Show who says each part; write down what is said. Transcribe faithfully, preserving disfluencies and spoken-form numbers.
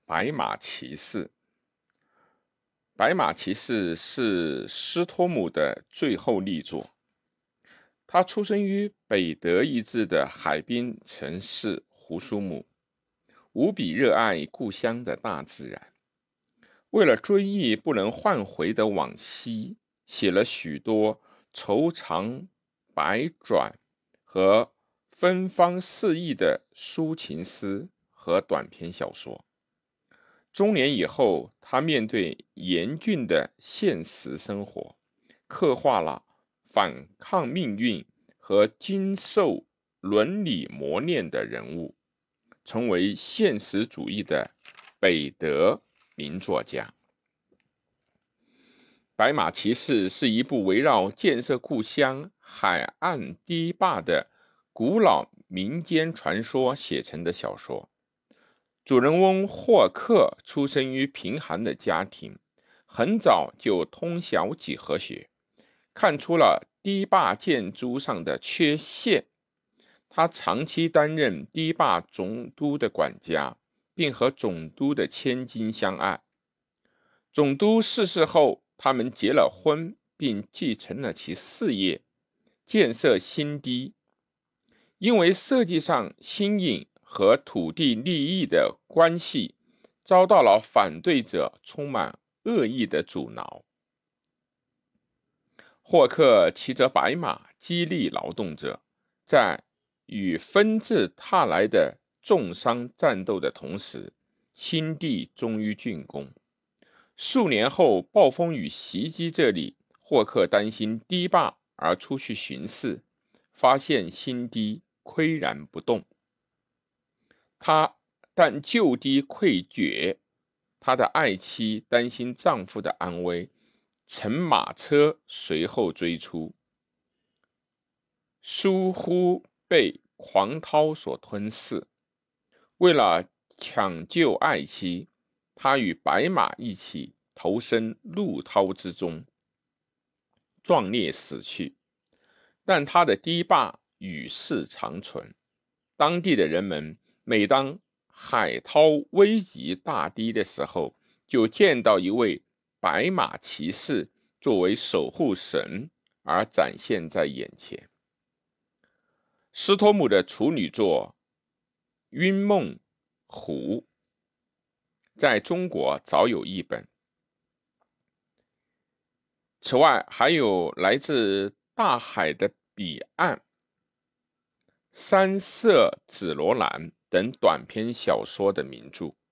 Speaker 1: 白马骑士。白马骑士是斯托姆的最后力作。他出生于北德意志的海滨城市胡苏姆，无比热爱故乡的大自然。为了追忆不能换回的往昔，写了许多愁肠百转和芬芳四溢的抒情诗和短篇小说。中年以后，他面对严峻的现实生活，刻画了反抗命运和经受伦理磨练的人物，成为现实主义的北德名作家。白马骑士是一部围绕建设故乡海岸堤坝的古老民间传说写成的小说。主人翁霍克出生于贫寒的家庭，很早就通晓几何学，看出了堤坝建筑上的缺陷。他长期担任堤坝总督的管家，并和总督的千金相爱。总督逝世后，他们结了婚，并继承了其事业，建设新堤。因为设计上新颖和土地利益的关系，遭到了反对者充满恶意的阻挠。霍克骑着白马激励劳动者，在与纷至沓来的重伤战斗的同时，新地终于竣工。数年后，暴风雨袭击这里，霍克担心堤坝而出去巡视，发现新堤岿然不动。他但旧堤溃决，他的爱妻担心丈夫的安危，乘马车随后追出，疏忽被狂涛所吞噬。为了抢救爱妻，他与白马一起投身怒涛之中，壮烈死去。但他的堤坝与世长存。当地的人们每当海涛危及大堤的时候，就见到一位白马骑士作为守护神而展现在眼前。斯托姆的处女作《晕梦湖》在中国早有译本。此外，还有来自大海的彼岸、山色紫罗兰等短篇小说的名著。